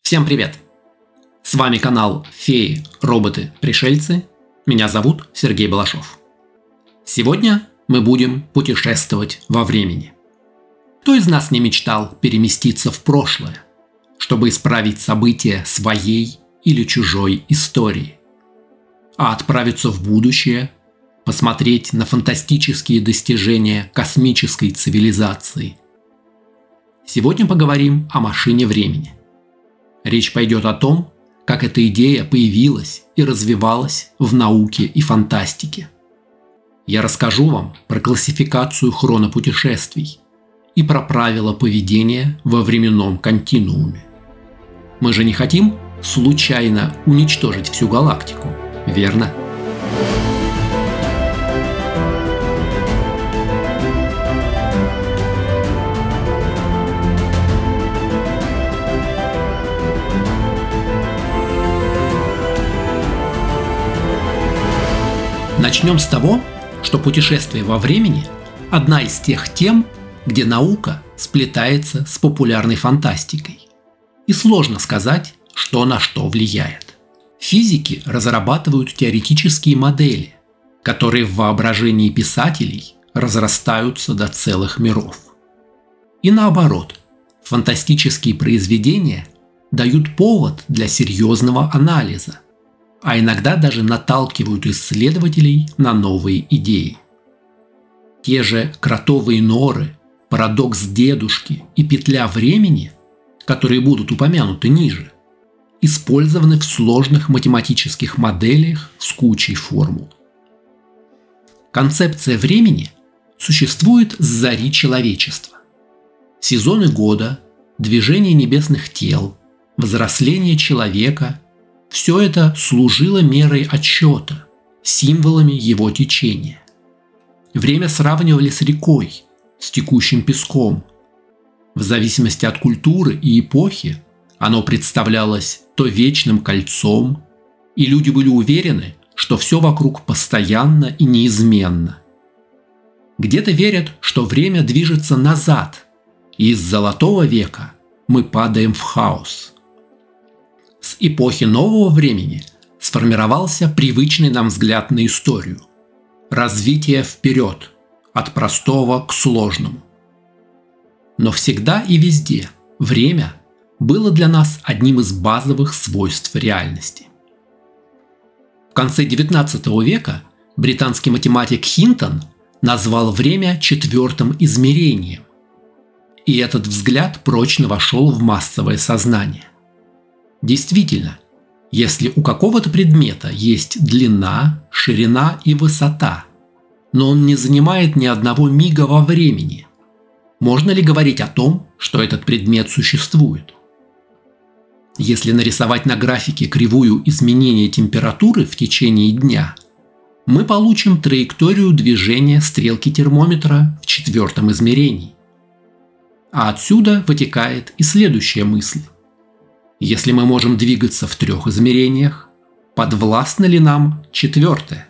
Всем привет! С вами канал «Феи, роботы, пришельцы». Меня зовут Сергей Балашов. Сегодня мы будем путешествовать во времени. Кто из нас не мечтал переместиться в прошлое, чтобы исправить события своей или чужой истории? А отправиться в будущее, посмотреть на фантастические достижения космической цивилизации? Сегодня поговорим о машине времени. Речь пойдет о том, как эта идея появилась и развивалась в науке и фантастике. Я расскажу вам про классификацию хронопутешествий и про правила поведения во временном континууме. Мы же не хотим случайно уничтожить всю галактику, верно? Начнем с того, что путешествие во времени – одна из тех тем, где наука сплетается с популярной фантастикой. И сложно сказать, что на что влияет. Физики разрабатывают теоретические модели, которые в воображении писателей разрастаются до целых миров. И наоборот, фантастические произведения дают повод для серьезного анализа, а иногда даже наталкивают исследователей на новые идеи. Те же кротовые норы, парадокс дедушки и петля времени, которые будут упомянуты ниже, использованы в сложных математических моделях с кучей формул. Концепция времени существует с зари человечества. Сезоны года, движение небесных тел, взросление человека – все это служило мерой отсчета, символами его течения. Время сравнивали с рекой, с текущим песком. В зависимости от культуры и эпохи оно представлялось то вечным кольцом, и люди были уверены, что все вокруг постоянно и неизменно. Где-то верят, что время движется назад, и из золотого века мы падаем в хаос. С эпохи нового времени сформировался привычный нам взгляд на историю. Развитие вперед, от простого к сложному. Но всегда и везде время было для нас одним из базовых свойств реальности. В конце XIX века британский математик Хинтон назвал время четвертым измерением. И этот взгляд прочно вошел в массовое сознание. Действительно, если у какого-то предмета есть длина, ширина и высота, но он не занимает ни одного мига во времени, можно ли говорить о том, что этот предмет существует? Если нарисовать на графике кривую изменения температуры в течение дня, мы получим траекторию движения стрелки термометра в четвертом измерении. А отсюда вытекает и следующая мысль. Если мы можем двигаться в 3 измерениях, подвластно ли нам 4?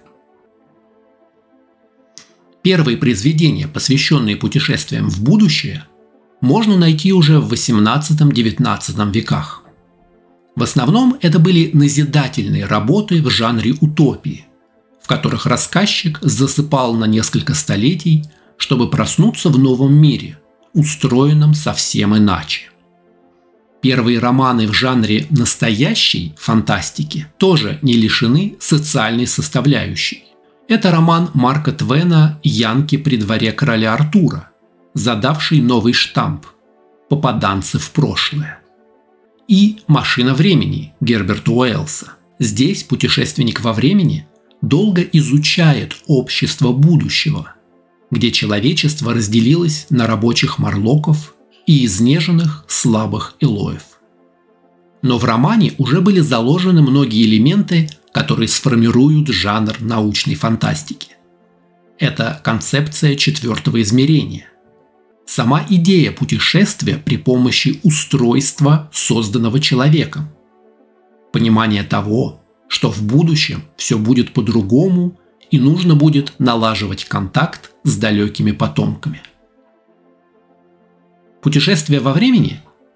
Первые произведения, посвященные путешествиям в будущее, можно найти уже в XVIII-XIX веках. В основном это были назидательные работы в жанре утопии, в которых рассказчик засыпал на несколько столетий, чтобы проснуться в новом мире, устроенном совсем иначе. Первые романы в жанре настоящей фантастики тоже не лишены социальной составляющей. Это роман Марка Твена «Янки при дворе короля Артура», задавший новый штамп «Попаданцы в прошлое». И «Машина времени» Герберта Уэллса. Здесь путешественник во времени долго изучает общество будущего, где человечество разделилось на рабочих морлоков и изнеженных слабых элоев. Но в романе уже были заложены многие элементы, которые сформируют жанр научной фантастики. Это концепция 4 измерения. Сама идея путешествия при помощи устройства, созданного человеком. Понимание того, что в будущем все будет по-другому и нужно будет налаживать контакт с далекими потомками. Путешествия во времени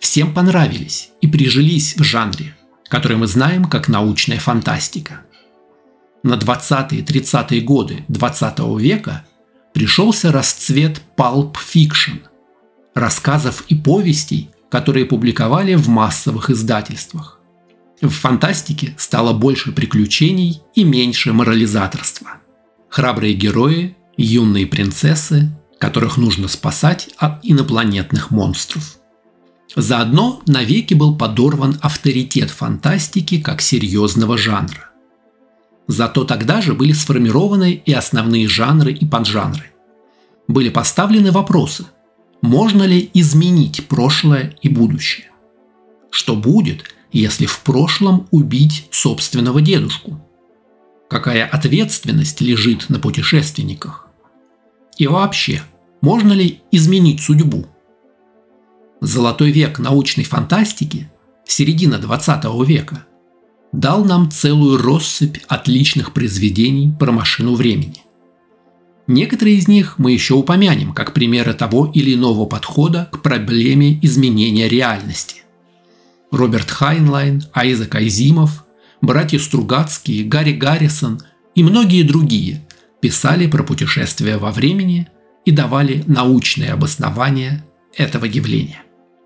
всем понравились и прижились в жанре, который мы знаем как научная фантастика. На 20-30-е годы 20 века пришелся расцвет Pulp Fiction, рассказов и повестей, которые публиковали в массовых издательствах. В фантастике стало больше приключений и меньше морализаторства. Храбрые герои, юные принцессы, которых нужно спасать от инопланетных монстров. Заодно навеки был подорван авторитет фантастики как серьезного жанра. Зато тогда же были сформированы и основные жанры и поджанры. Были поставлены вопросы: можно ли изменить прошлое и будущее? Что будет, если в прошлом убить собственного дедушку? Какая ответственность лежит на путешественниках? И вообще, можно ли изменить судьбу? Золотой век научной фантастики, середина 20 века, дал нам целую россыпь отличных произведений про машину времени. Некоторые из них мы еще упомянем как примеры того или иного подхода к проблеме изменения реальности. Роберт Хайнлайн, Айзек Азимов, братья Стругацкие, Гарри Гаррисон и многие другие писали про путешествия во времени и давали научное обоснование этого явления.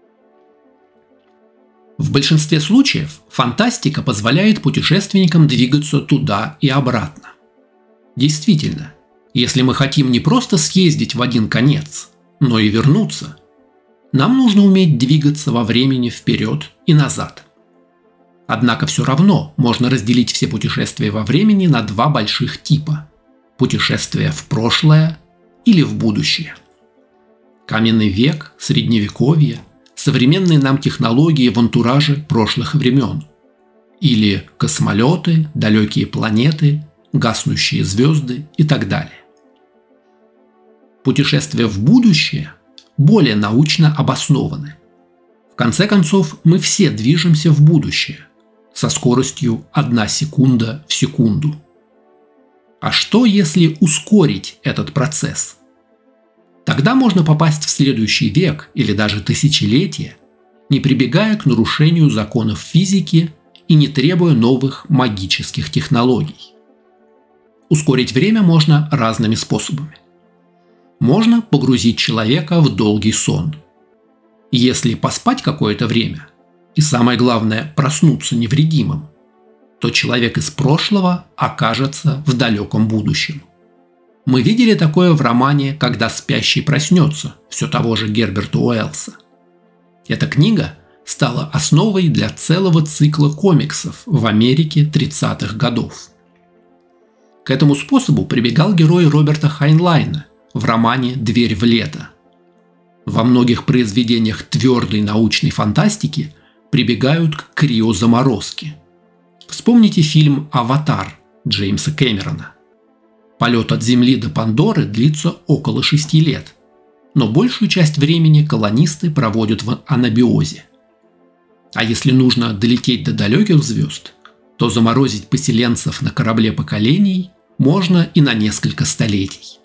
В большинстве случаев фантастика позволяет путешественникам двигаться туда и обратно. Действительно, если мы хотим не просто съездить в один конец, но и вернуться, нам нужно уметь двигаться во времени вперед и назад. Однако все равно можно разделить все путешествия во времени на два больших типа – путешествия в прошлое или в будущее. Каменный век, средневековье, современные нам технологии в антураже прошлых времен. Или космолеты, далекие планеты, гаснущие звезды и так далее. Путешествия в будущее более научно обоснованы. В конце концов, мы все движемся в будущее со скоростью 1 секунда в секунду. А что, если ускорить этот процесс? Тогда можно попасть в следующий век или даже тысячелетие, не прибегая к нарушению законов физики и не требуя новых магических технологий. Ускорить время можно разными способами. Можно погрузить человека в долгий сон. Если поспать какое-то время, и самое главное проснуться невредимым, то человек из прошлого окажется в далеком будущем. Мы видели такое в романе «Когда спящий проснется» все того же Герберта Уэллса. Эта книга стала основой для целого цикла комиксов в Америке 30-х годов. К этому способу прибегал герой Роберта Хайнлайна в романе «Дверь в лето». Во многих произведениях твердой научной фантастики прибегают к криозаморозке. Вспомните фильм «Аватар» Джеймса Кэмерона. Полет от Земли до Пандоры длится около 6 лет, но большую часть времени колонисты проводят в анабиозе. А если нужно долететь до далеких звезд, то заморозить поселенцев на корабле поколений можно и на несколько столетий.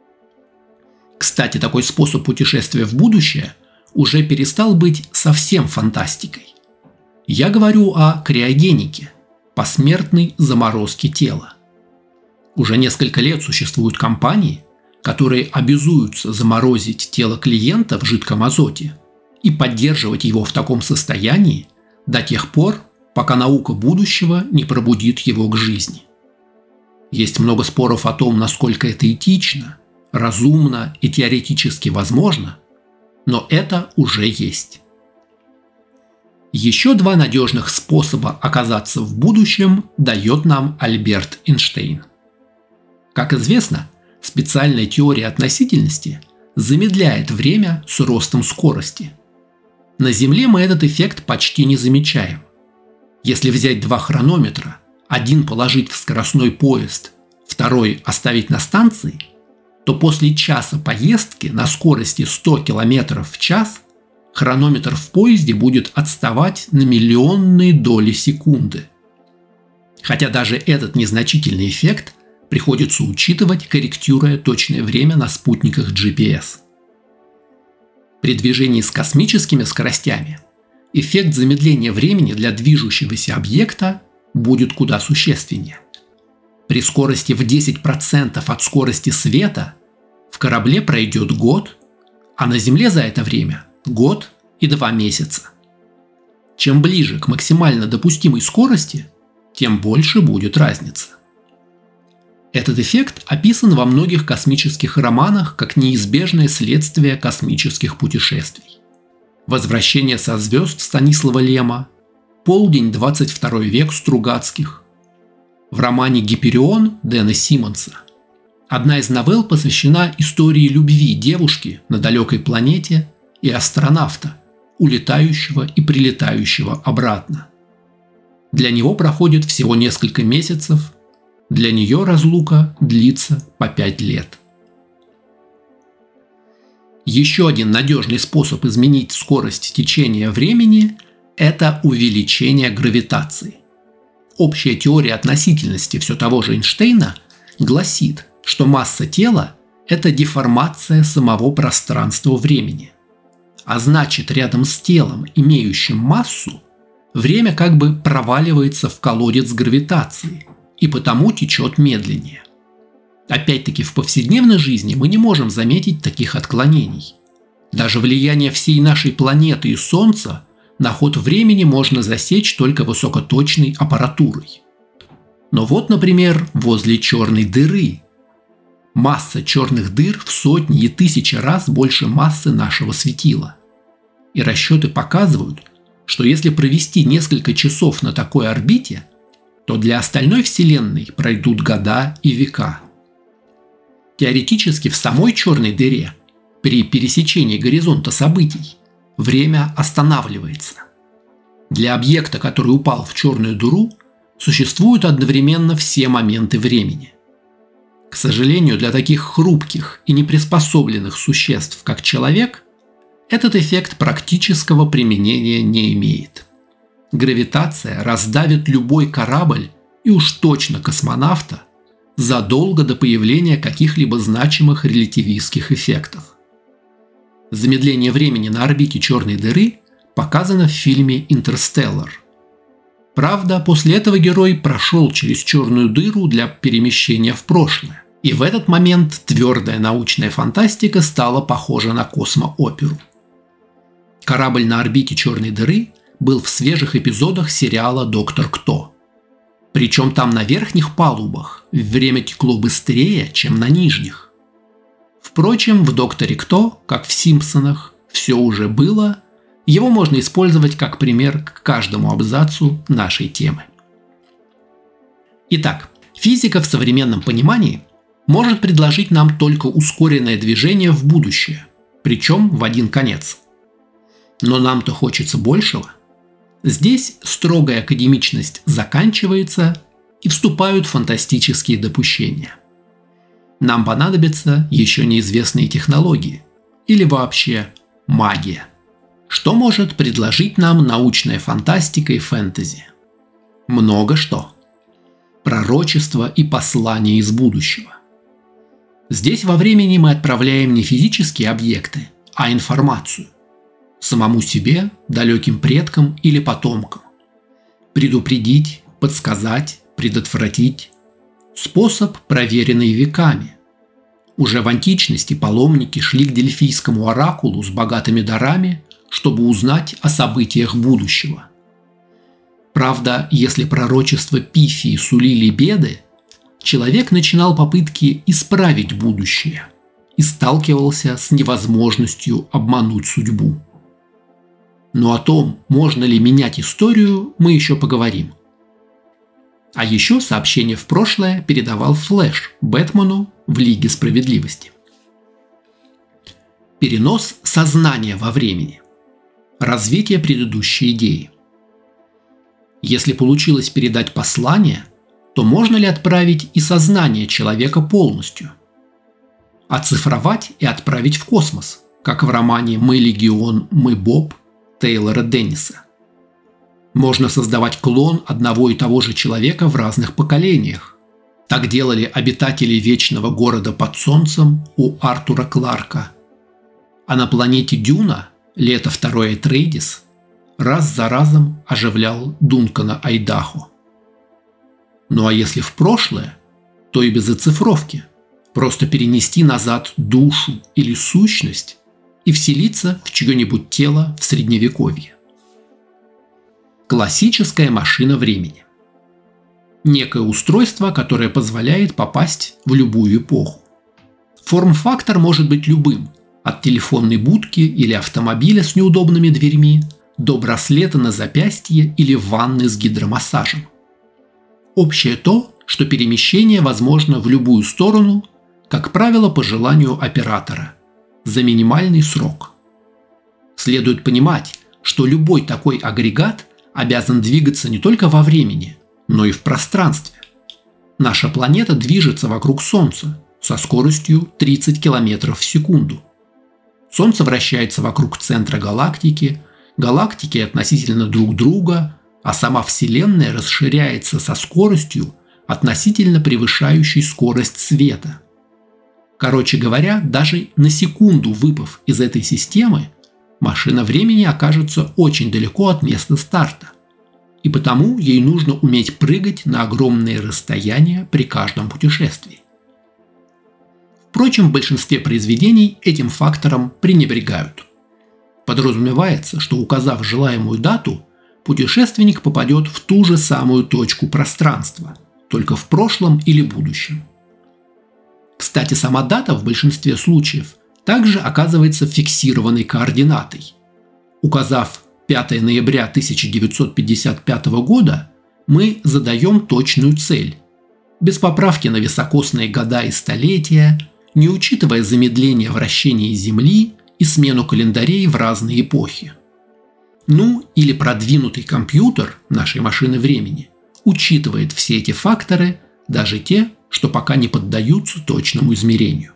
Кстати, такой способ путешествия в будущее уже перестал быть совсем фантастикой. Я говорю о криогенике, посмертной заморозке тела. Уже несколько лет существуют компании, которые обязуются заморозить тело клиента в жидком азоте и поддерживать его в таком состоянии до тех пор, пока наука будущего не пробудит его к жизни. Есть много споров о том, насколько это этично, разумно и теоретически возможно, но это уже есть. Еще два надежных способа оказаться в будущем дает нам Альберт Эйнштейн. Как известно, специальная теория относительности замедляет время с ростом скорости. На Земле мы этот эффект почти не замечаем. Если взять два хронометра, один положить в скоростной поезд, второй оставить на станции, то после часа поездки на скорости 100 км в час хронометр в поезде будет отставать на миллионные доли секунды. Хотя даже этот незначительный эффект приходится учитывать, корректируя точное время на спутниках GPS. При движении с космическими скоростями эффект замедления времени для движущегося объекта будет куда существеннее. При скорости в 10% от скорости света в корабле пройдет год, а на Земле за это время год и 2 месяца. Чем ближе к максимально допустимой скорости, тем больше будет разница. Этот эффект описан во многих космических романах как неизбежное следствие космических путешествий. «Возвращение со звезд» Станислава Лема, «Полдень, 22 век» Стругацких. В романе «Гиперион» Дэна Симмонса одна из новелл посвящена истории любви девушки на далекой планете и астронавта, улетающего и прилетающего обратно. Для него проходит всего несколько месяцев, для нее разлука длится по 5 лет. Еще один надежный способ изменить скорость течения времени – это увеличение гравитации. Общая теория относительности все того же Эйнштейна гласит, что масса тела – это деформация самого пространства-времени. А значит, рядом с телом, имеющим массу, время как бы проваливается в колодец гравитации и потому течет медленнее. Опять-таки, в повседневной жизни мы не можем заметить таких отклонений. Даже влияние всей нашей планеты и Солнца на ход времени можно засечь только высокоточной аппаратурой. Но вот, например, возле черной дыры. Масса черных дыр в сотни и тысячи раз больше массы нашего светила. И расчеты показывают, что если провести несколько часов на такой орбите, то для остальной Вселенной пройдут года и века. Теоретически в самой черной дыре, при пересечении горизонта событий, время останавливается. Для объекта, который упал в черную дыру, существуют одновременно все моменты времени. К сожалению, для таких хрупких и неприспособленных существ, как человек, этот эффект практического применения не имеет. Гравитация раздавит любой корабль и уж точно космонавта задолго до появления каких-либо значимых релятивистских эффектов. Замедление времени на орбите черной дыры показано в фильме «Интерстеллар». Правда, после этого герой прошел через черную дыру для перемещения в прошлое. И в этот момент твердая научная фантастика стала похожа на космооперу. Корабль на орбите черной дыры был в свежих эпизодах сериала «Доктор Кто». Причем там на верхних палубах время текло быстрее, чем на нижних. Впрочем, в «Докторе Кто», как в «Симпсонах», все уже было, его можно использовать как пример к каждому абзацу нашей темы. Итак, физика в современном понимании может предложить нам только ускоренное движение в будущее, причем в один конец. Но нам-то хочется большего. Здесь строгая академичность заканчивается и вступают фантастические допущения. Нам понадобятся еще неизвестные технологии или вообще магия. Что может предложить нам научная фантастика и фэнтези? Много что. Пророчества и послания из будущего. Здесь во времени мы отправляем не физические объекты, а информацию. Самому себе, далеким предкам или потомкам. Предупредить, подсказать, предотвратить. Способ, проверенный веками. Уже в античности паломники шли к дельфийскому оракулу с богатыми дарами, чтобы узнать о событиях будущего. Правда, если пророчества Пифии сулили беды, человек начинал попытки исправить будущее и сталкивался с невозможностью обмануть судьбу. Но о том, можно ли менять историю, мы еще поговорим. А еще сообщение в прошлое передавал Флэш Бэтмену в Лиге Справедливости. Перенос сознания во времени. Развитие предыдущей идеи. Если получилось передать послание, то можно ли отправить и сознание человека полностью? Оцифровать и отправить в космос, как в романе «Мы Легион, мы Боб» Тейлора Денниса. Можно создавать клон одного и того же человека в разных поколениях. Так делали обитатели Вечного города под Солнцем у Артура Кларка. А на планете Дюна, лето 2 Этрейдис, раз за разом оживлял Дункана Айдахо. Ну а если в прошлое, то и без оцифровки. Просто перенести назад душу или сущность и вселиться в чье-нибудь тело в Средневековье. Классическая машина времени. Некое устройство, которое позволяет попасть в любую эпоху. Форм-фактор может быть любым, от телефонной будки или автомобиля с неудобными дверьми до браслета на запястье или ванны с гидромассажем. Общее то, что перемещение возможно в любую сторону, как правило, по желанию оператора, за минимальный срок. Следует понимать, что любой такой агрегат обязан двигаться не только во времени, но и в пространстве. Наша планета движется вокруг Солнца со скоростью 30 км в секунду. Солнце вращается вокруг центра галактики, галактики относительно друг друга, а сама Вселенная расширяется со скоростью, относительно превышающей скорость света. Короче говоря, даже на секунду выпав из этой системы, машина времени окажется очень далеко от места старта. И потому ей нужно уметь прыгать на огромные расстояния при каждом путешествии. Впрочем, в большинстве произведений этим фактором пренебрегают. Подразумевается, что указав желаемую дату, путешественник попадет в ту же самую точку пространства, только в прошлом или будущем. Кстати, сама дата в большинстве случаев также оказывается фиксированной координатой. Указав 5 ноября 1955 года, мы задаем точную цель, без поправки на високосные года и столетия, не учитывая замедление вращения Земли и смену календарей в разные эпохи. Ну, или продвинутый компьютер нашей машины времени учитывает все эти факторы, даже те, что пока не поддаются точному измерению.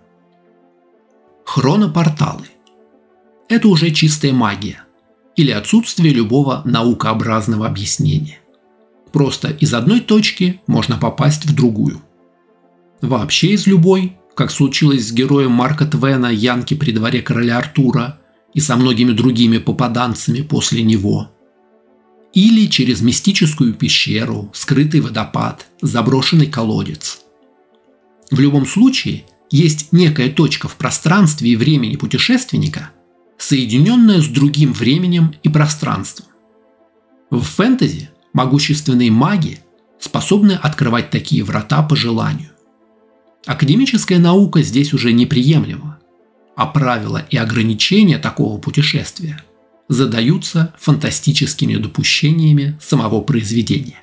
Хронопорталы. Это уже чистая магия или отсутствие любого наукообразного объяснения. Просто из одной точки можно попасть в другую. Вообще из любой, как случилось с героем Марка Твена Янки при дворе короля Артура и со многими другими попаданцами после него. Или через мистическую пещеру, скрытый водопад, заброшенный колодец. В любом случае, есть некая точка в пространстве и времени путешественника, соединенная с другим временем и пространством. В фэнтези могущественные маги способны открывать такие врата по желанию. Академическая наука здесь уже неприемлема, а правила и ограничения такого путешествия задаются фантастическими допущениями самого произведения.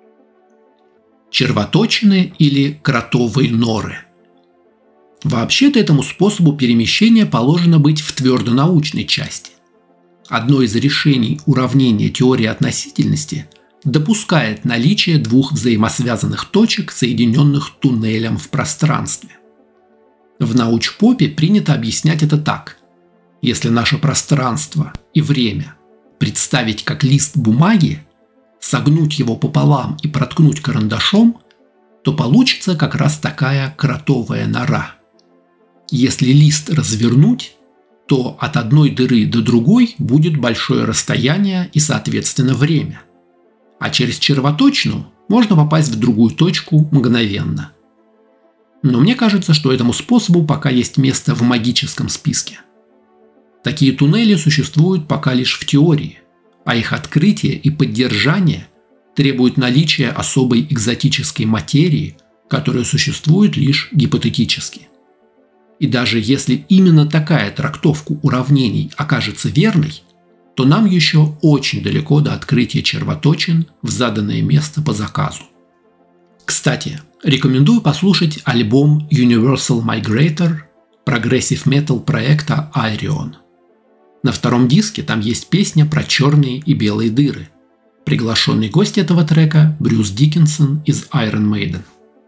Червоточины или кротовые норы. Вообще-то этому способу перемещения положено быть в твердонаучной части. Одно из решений уравнения теории относительности допускает наличие двух взаимосвязанных точек, соединенных туннелем в пространстве. В научпопе принято объяснять это так. Если наше пространство и время представить как лист бумаги, согнуть его пополам и проткнуть карандашом, то получится как раз такая кротовая нора. Если лист развернуть, то от одной дыры до другой будет большое расстояние и, соответственно, время. А через червоточину можно попасть в другую точку мгновенно. Но мне кажется, что этому способу пока есть место в магическом списке. Такие туннели существуют пока лишь в теории, а их открытие и поддержание требуют наличия особой экзотической материи, которая существует лишь гипотетически. И даже если именно такая трактовка уравнений окажется верной, то нам еще очень далеко до открытия червоточин в заданное место по заказу. Кстати, рекомендую послушать альбом Universal Migrator прогрессив метал проекта Ayreon. На втором диске там есть песня про черные и белые дыры. Приглашенный гость этого трека – Брюс Диккенсон из Iron Maiden.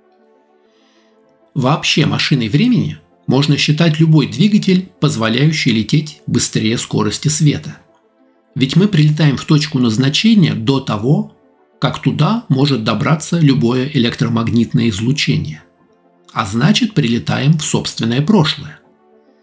Вообще машиной времени можно считать любой двигатель, позволяющий лететь быстрее скорости света. Ведь мы прилетаем в точку назначения до того, как туда может добраться любое электромагнитное излучение. А значит, прилетаем в собственное прошлое.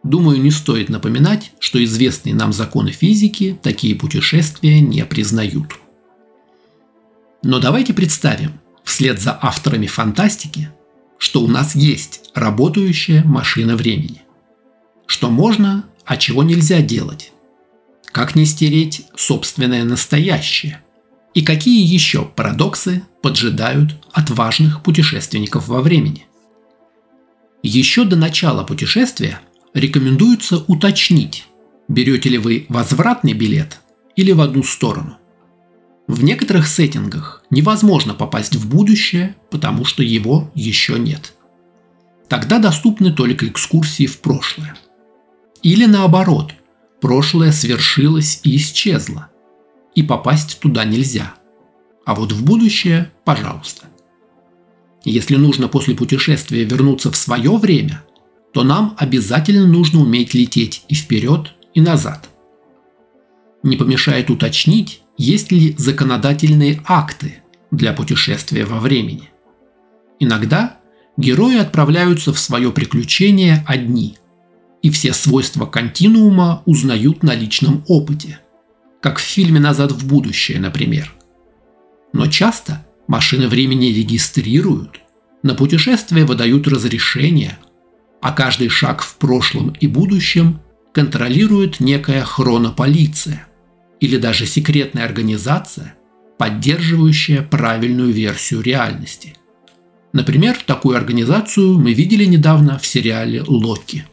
Думаю, не стоит напоминать, что известные нам законы физики такие путешествия не признают. Но давайте представим, вслед за авторами фантастики, что у нас есть работающая машина времени. Что можно, а чего нельзя делать. Как не стереть собственное настоящее. И какие еще парадоксы поджидают отважных путешественников во времени. Еще до начала путешествия рекомендуется уточнить, берете ли вы возвратный билет или в одну сторону. В некоторых сеттингах невозможно попасть в будущее, потому что его еще нет. Тогда доступны только экскурсии в прошлое. Или наоборот, прошлое свершилось и исчезло, и попасть туда нельзя. А вот в будущее – пожалуйста. Если нужно после путешествия вернуться в свое время, то нам обязательно нужно уметь лететь и вперед, и назад. Не помешает уточнить, есть ли законодательные акты для путешествия во времени. Иногда герои отправляются в свое приключение одни, и все свойства континуума узнают на личном опыте, как в фильме «Назад в будущее», например. Но часто машины времени регистрируют, на путешествие выдают разрешение, а каждый шаг в прошлом и будущем контролирует некая хронополиция или даже секретная организация, поддерживающая правильную версию реальности. Например, такую организацию мы видели недавно в сериале «Локи».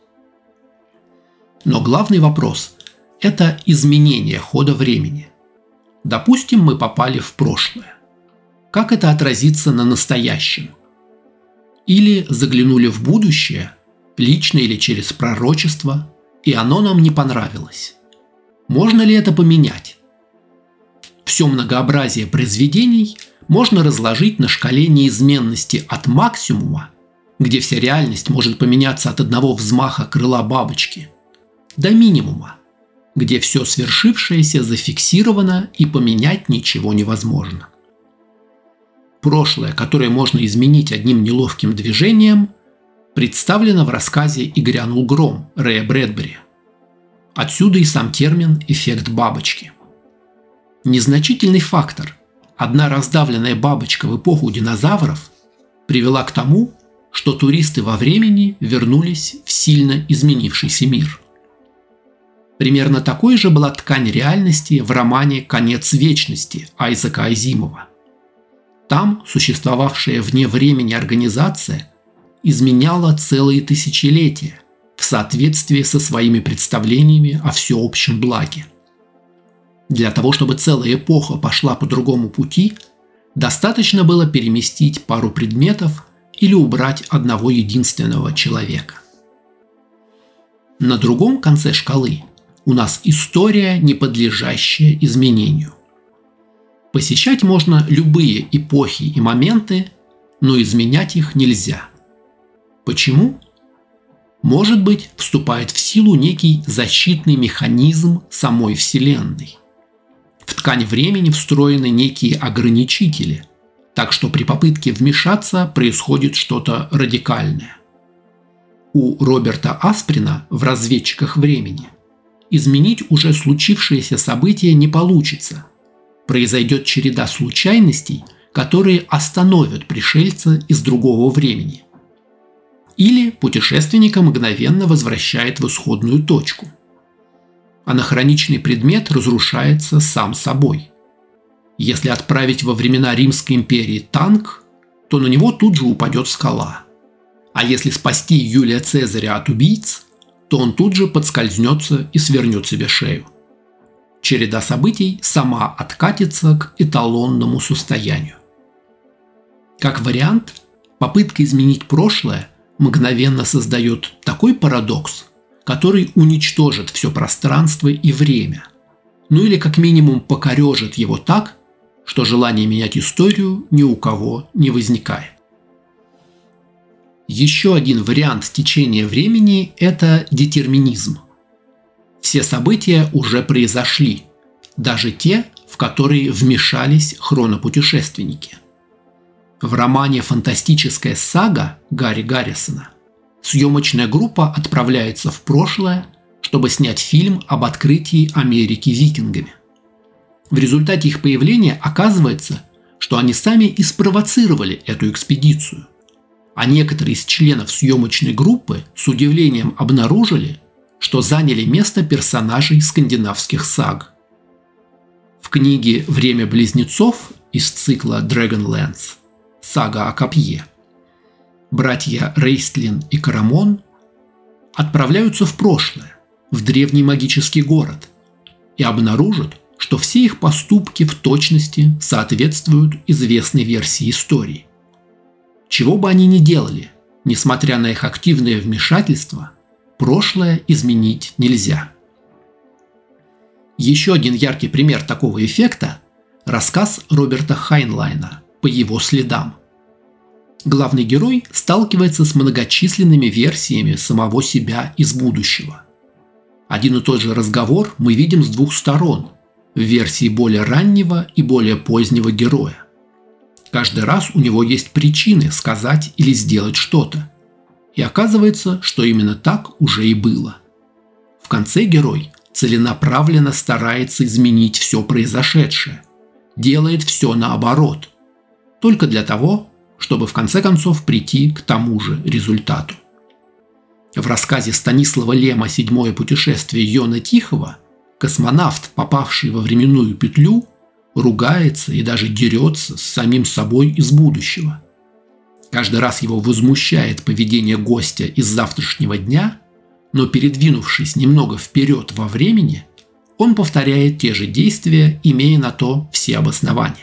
Но главный вопрос – это изменение хода времени. Допустим, мы попали в прошлое. Как это отразится на настоящем? Или заглянули в будущее, лично или через пророчество, и оно нам не понравилось. Можно ли это поменять? Все многообразие произведений можно разложить на шкале неизменности от максимума, где вся реальность может поменяться от одного взмаха крыла бабочки, до минимума, где все свершившееся зафиксировано и поменять ничего невозможно. Прошлое, которое можно изменить одним неловким движением, представлено в рассказе «И грянул гром» Рэя Брэдбери. Отсюда и сам термин «эффект бабочки». Незначительный фактор, одна раздавленная бабочка в эпоху динозавров, привела к тому, что туристы во времени вернулись в сильно изменившийся мир. Примерно такой же была ткань реальности в романе «Конец вечности» Айзека Азимова. Там существовавшая вне времени организация изменяла целые тысячелетия в соответствии со своими представлениями о всеобщем благе. Для того, чтобы целая эпоха пошла по другому пути, достаточно было переместить пару предметов или убрать одного единственного человека. На другом конце шкалы у нас история, не подлежащая изменению. Посещать можно любые эпохи и моменты, но изменять их нельзя. Почему? Может быть, вступает в силу некий защитный механизм самой Вселенной. В ткань времени встроены некие ограничители, так что при попытке вмешаться происходит что-то радикальное. У Роберта Асприна в «Разведчиках времени» изменить уже случившееся событие не получится. Произойдет череда случайностей, которые остановят пришельца из другого времени. Или путешественника мгновенно возвращает в исходную точку. Анахроничный предмет разрушается сам собой. Если отправить во времена Римской империи танк, то на него тут же упадет скала. А если спасти Юлия Цезаря от убийц, то он тут же подскользнется и свернет себе шею. Череда событий сама откатится к эталонному состоянию. Как вариант, попытка изменить прошлое мгновенно создает такой парадокс, который уничтожит все пространство и время, ну или как минимум покорежит его так, что желание менять историю ни у кого не возникает. Еще один вариант течения времени – это детерминизм. Все события уже произошли, даже те, в которые вмешались хронопутешественники. В романе «Фантастическая сага» Гарри Гаррисона съемочная группа отправляется в прошлое, чтобы снять фильм об открытии Америки викингами. В результате их появления оказывается, что они сами и спровоцировали эту экспедицию, а некоторые из членов съемочной группы с удивлением обнаружили, что заняли место персонажей скандинавских саг. В книге «Время близнецов» из цикла Dragonlance «Сага о копье» братья Рейстлин и Карамон отправляются в прошлое, в древний магический город, и обнаружат, что все их поступки в точности соответствуют известной версии истории. Чего бы они ни делали, несмотря на их активное вмешательство, прошлое изменить нельзя. Еще один яркий пример такого эффекта – рассказ Роберта Хайнлайна «По его следам». Главный герой сталкивается с многочисленными версиями самого себя из будущего. Один и тот же разговор мы видим с двух сторон – в версии более раннего и более позднего героя. Каждый раз у него есть причины сказать или сделать что-то. И оказывается, что именно так уже и было. В конце герой целенаправленно старается изменить все произошедшее, делает все наоборот, только для того, чтобы в конце концов прийти к тому же результату. В рассказе Станислава Лема «Седьмое путешествие Йона Тихого» космонавт, попавший во временную петлю, ругается и даже дерется с самим собой из будущего. Каждый раз его возмущает поведение гостя из завтрашнего дня, но передвинувшись немного вперед во времени, он повторяет те же действия, имея на то все обоснования.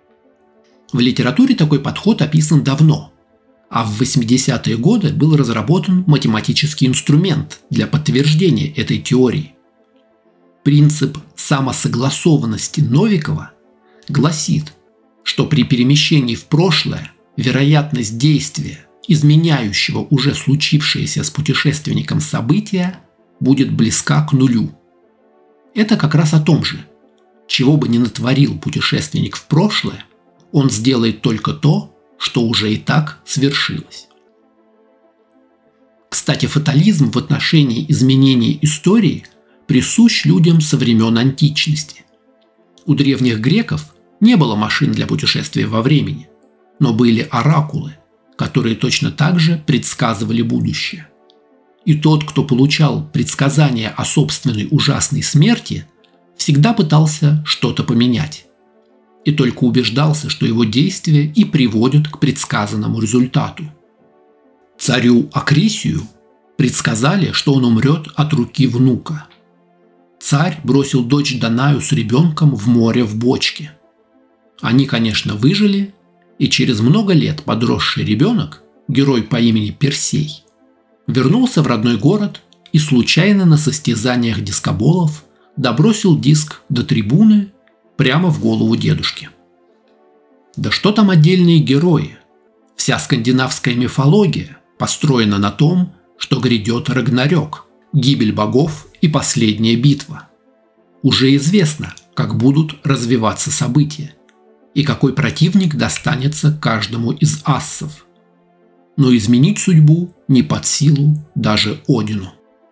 В литературе такой подход описан давно, а в 80-е годы был разработан математический инструмент для подтверждения этой теории. Принцип самосогласованности Новикова гласит, что при перемещении в прошлое вероятность действия, изменяющего уже случившееся с путешественником события, будет близка к нулю. Это как раз о том же. Чего бы ни натворил путешественник в прошлое, он сделает только то, что уже и так свершилось. Кстати, фатализм в отношении изменения истории присущ людям со времен античности. У древних греков не было машин для путешествия во времени, но были оракулы, которые точно так же предсказывали будущее. И тот, кто получал предсказания о собственной ужасной смерти, всегда пытался что-то поменять. И только убеждался, что его действия и приводят к предсказанному результату. Царю Акрисию предсказали, что он умрет от руки внука. Царь бросил дочь Данаю с ребенком в море в бочке. Они, конечно, выжили, и через много лет подросший ребенок, герой по имени Персей, вернулся в родной город и случайно на состязаниях дискоболов добросил диск до трибуны прямо в голову дедушки. Да что там отдельные герои? Вся скандинавская мифология построена на том, что грядет Рагнарёк, гибель богов и последняя битва. Уже известно, как будут развиваться события и какой противник достанется каждому из ассов. Но изменить судьбу не под силу даже Одину.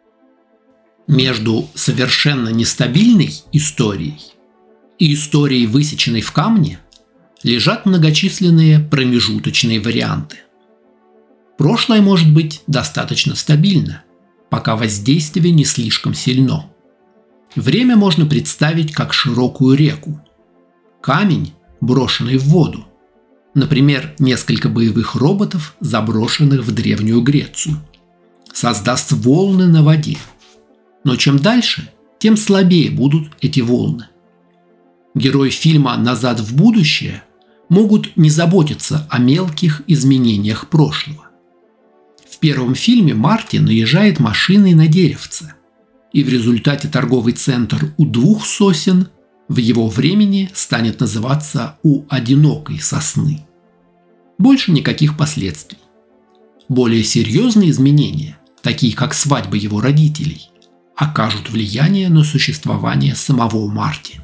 Между совершенно нестабильной историей и историей, высеченной в камне, лежат многочисленные промежуточные варианты. Прошлое может быть достаточно стабильно, пока воздействие не слишком сильно. Время можно представить как широкую реку. Камень, брошенный в воду. Например, несколько боевых роботов, заброшенных в Древнюю Грецию. Создаст волны на воде. Но чем дальше, тем слабее будут эти волны. Герои фильма «Назад в будущее» могут не заботиться о мелких изменениях прошлого. В первом фильме Марти наезжает машиной на деревце, и в результате торговый центр у двух сосен в его времени станет называться «У одинокой сосны». Больше никаких последствий. Более серьезные изменения, такие как свадьба его родителей, окажут влияние на существование самого Марти.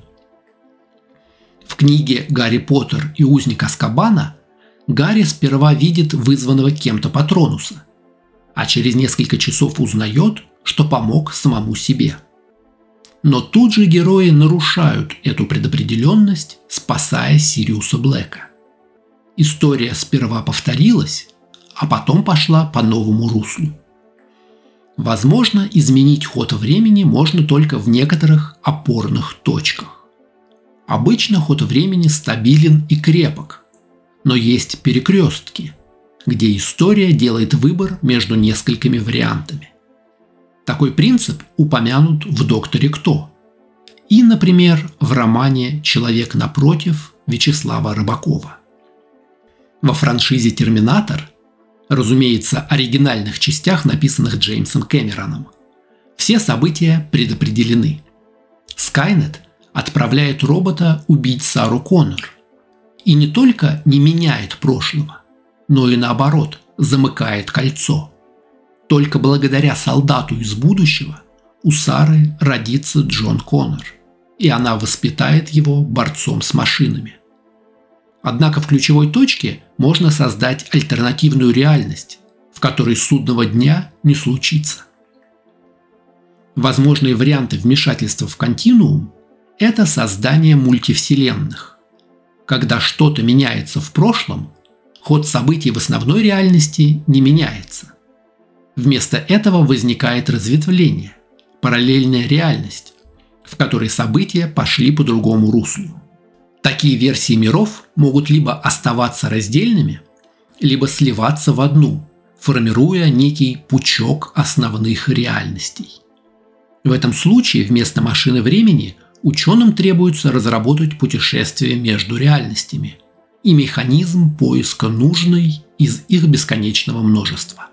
В книге «Гарри Поттер и узник Азкабана» Гарри сперва видит вызванного кем-то Патронуса, а через несколько часов узнает, что помог самому себе. Но тут же герои нарушают эту предопределенность, спасая Сириуса Блэка. История сперва повторилась, а потом пошла по новому руслу. Возможно, изменить ход времени можно только в некоторых опорных точках. Обычно ход времени стабилен и крепок, но есть перекрестки, где история делает выбор между несколькими вариантами. Такой принцип упомянут в «Докторе Кто» и, например, в романе «Человек напротив» Вячеслава Рыбакова. Во франшизе «Терминатор», разумеется, оригинальных частях, написанных Джеймсом Кэмероном, все события предопределены. Скайнет отправляет робота убить Сару Коннор и не только не меняет прошлого, но и наоборот замыкает кольцо. Только благодаря солдату из будущего у Сары родится Джон Коннор, и она воспитает его борцом с машинами. Однако в ключевой точке можно создать альтернативную реальность, в которой судного дня не случится. Возможные варианты вмешательства в континуум – это создание мультивселенных. Когда что-то меняется в прошлом, ход событий в основной реальности не меняется. Вместо этого возникает разветвление, параллельная реальность, в которой события пошли по другому руслу. Такие версии миров могут либо оставаться раздельными, либо сливаться в одну, формируя некий пучок основных реальностей. В этом случае вместо машины времени ученым требуется разработать путешествие между реальностями и механизм поиска нужной из их бесконечного множества.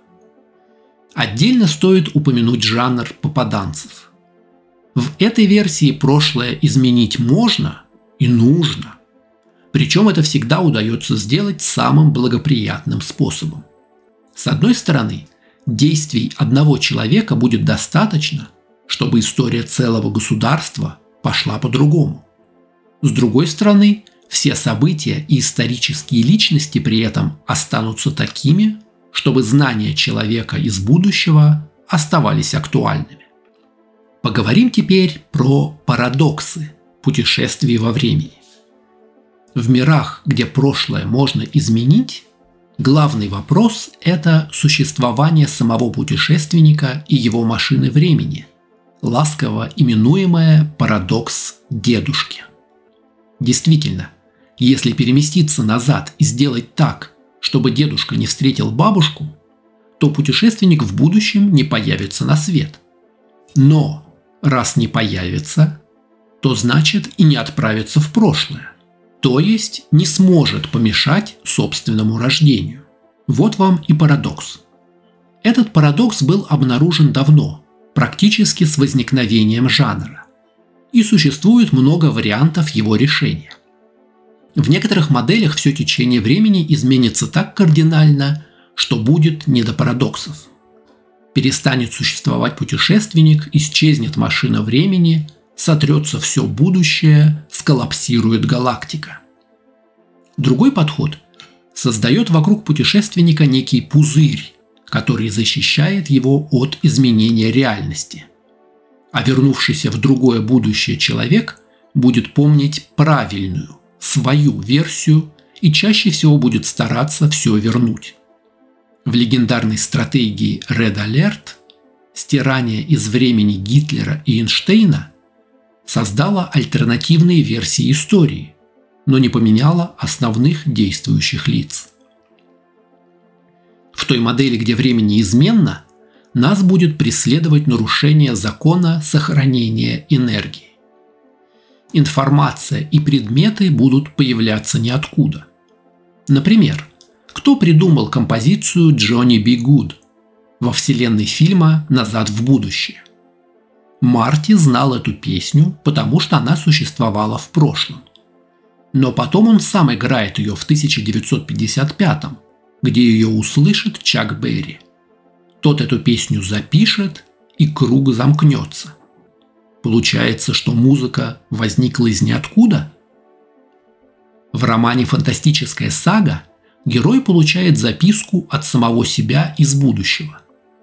Отдельно стоит упомянуть жанр попаданцев. В этой версии прошлое изменить можно и нужно. Причем это всегда удается сделать самым благоприятным способом. С одной стороны, действий одного человека будет достаточно, чтобы история целого государства пошла по-другому. С другой стороны, все события и исторические личности при этом останутся такими, чтобы знания человека из будущего оставались актуальными. Поговорим теперь про парадоксы путешествий во времени. В мирах, где прошлое можно изменить, главный вопрос – это существование самого путешественника и его машины времени, ласково именуемое парадокс дедушки. Действительно, если переместиться назад и сделать так, чтобы дедушка не встретил бабушку, то путешественник в будущем не появится на свет. Но раз не появится, то значит и не отправится в прошлое, то есть не сможет помешать собственному рождению. Вот вам и парадокс. Этот парадокс был обнаружен давно, практически с возникновением жанра, и существует много вариантов его решения. В некоторых моделях все течение времени изменится так кардинально, что будет не до парадоксов. Перестанет существовать путешественник, исчезнет машина времени, сотрется все будущее, сколлапсирует галактика. Другой подход создает вокруг путешественника некий пузырь, который защищает его от изменения реальности. А вернувшийся в другое будущее человек будет помнить правильную, свою версию и чаще всего будет стараться все вернуть. В легендарной стратегии Red Alert стирание из времени Гитлера и Эйнштейна создало альтернативные версии истории, но не поменяло основных действующих лиц. В той модели, где время неизменно, нас будет преследовать нарушение закона сохранения энергии. Информация и предметы будут появляться ниоткуда. Например, кто придумал композицию «Johnny B. Good» во вселенной фильма «Назад в будущее»? Марти знал эту песню, потому что она существовала в прошлом. Но потом он сам играет ее в 1955-м, где ее услышит Чак Берри. Тот эту песню запишет, и круг замкнется. Получается, что музыка возникла из ниоткуда? В романе «Фантастическая сага» герой получает записку от самого себя из будущего.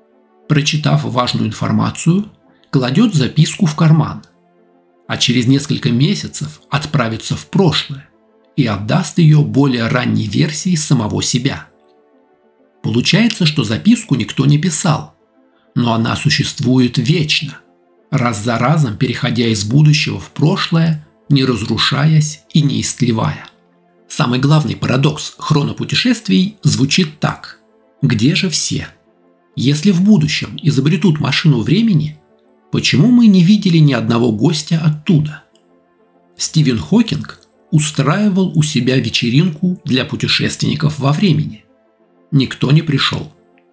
Прочитав важную информацию, кладет записку в карман, а через несколько месяцев отправится в прошлое и отдаст ее более ранней версии самого себя. Получается, что записку никто не писал, но она существует вечно, раз за разом переходя из будущего в прошлое, не разрушаясь и не истлевая. Самый главный парадокс хронопутешествий звучит так: где же все? Если в будущем изобретут машину времени, почему мы не видели ни одного гостя оттуда? Стивен Хокинг устраивал у себя вечеринку для путешественников во времени. Никто не пришел.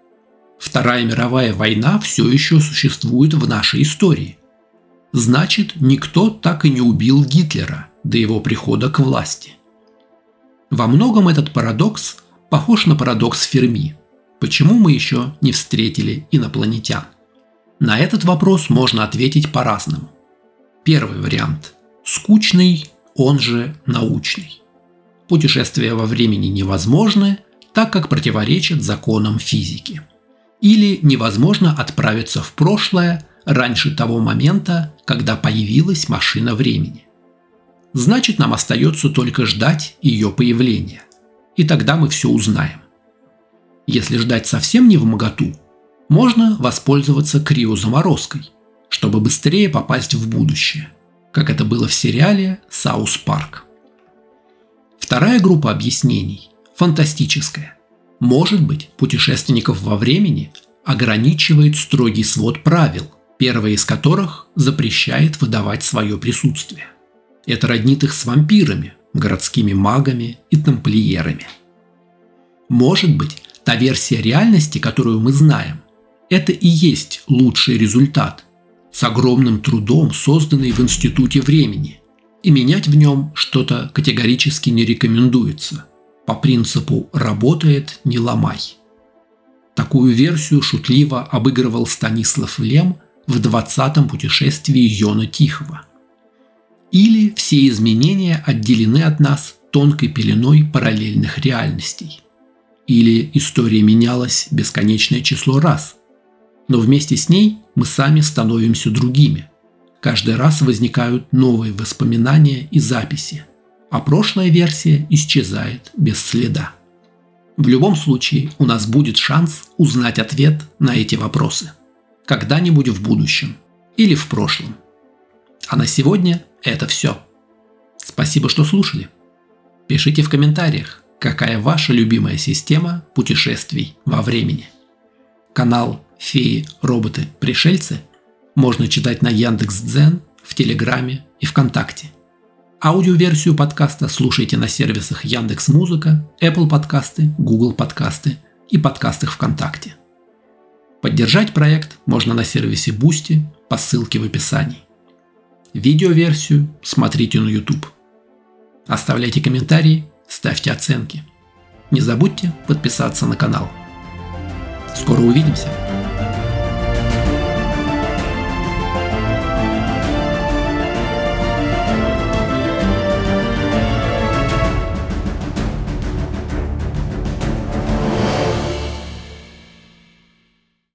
Вторая мировая война все еще существует в нашей истории. Значит, никто так и не убил Гитлера до его прихода к власти. Во многом этот парадокс похож на парадокс Ферми. Почему мы еще не встретили инопланетян? На этот вопрос можно ответить по-разному. Первый вариант – скучный, он же научный. Путешествия во времени невозможны, так как противоречат законам физики. Или невозможно отправиться в прошлое раньше того момента, когда появилась машина времени. Значит, нам остается только ждать ее появления. И тогда мы все узнаем. Если ждать совсем невмоготу, можно воспользоваться криозаморозкой, чтобы быстрее попасть в будущее, как это было в сериале «Саус Парк». Вторая группа объяснений – фантастическая. Может быть, путешественников во времени ограничивает строгий свод правил, первое из которых запрещает выдавать свое присутствие. Это роднит их с вампирами, городскими магами и тамплиерами. Может быть, та версия реальности, которую мы знаем, это и есть лучший результат, с огромным трудом созданный в Институте времени, и менять в нем что-то категорически не рекомендуется, по принципу «работает, не ломай». Такую версию шутливо обыгрывал Станислав Лем в 20-м путешествии Йона Тихого. Или все изменения отделены от нас тонкой пеленой параллельных реальностей. Или история менялась бесконечное число раз, но вместе с ней мы сами становимся другими. Каждый раз возникают новые воспоминания и записи, а прошлая версия исчезает без следа. В любом случае, у нас будет шанс узнать ответ на эти вопросы. Когда-нибудь в будущем или в прошлом. А на сегодня это все. Спасибо, что слушали. Пишите в комментариях, какая ваша любимая система путешествий во времени. Канал «Феи, роботы, пришельцы» можно читать на Яндекс.Дзен, в Телеграме и ВКонтакте. Аудиоверсию подкаста слушайте на сервисах Яндекс.Музыка, Apple подкасты, Google подкасты и подкастах ВКонтакте. Поддержать проект можно на сервисе Boosty по ссылке в описании. Видеоверсию смотрите на YouTube. Оставляйте комментарии, ставьте оценки. Не забудьте подписаться на канал. Скоро увидимся!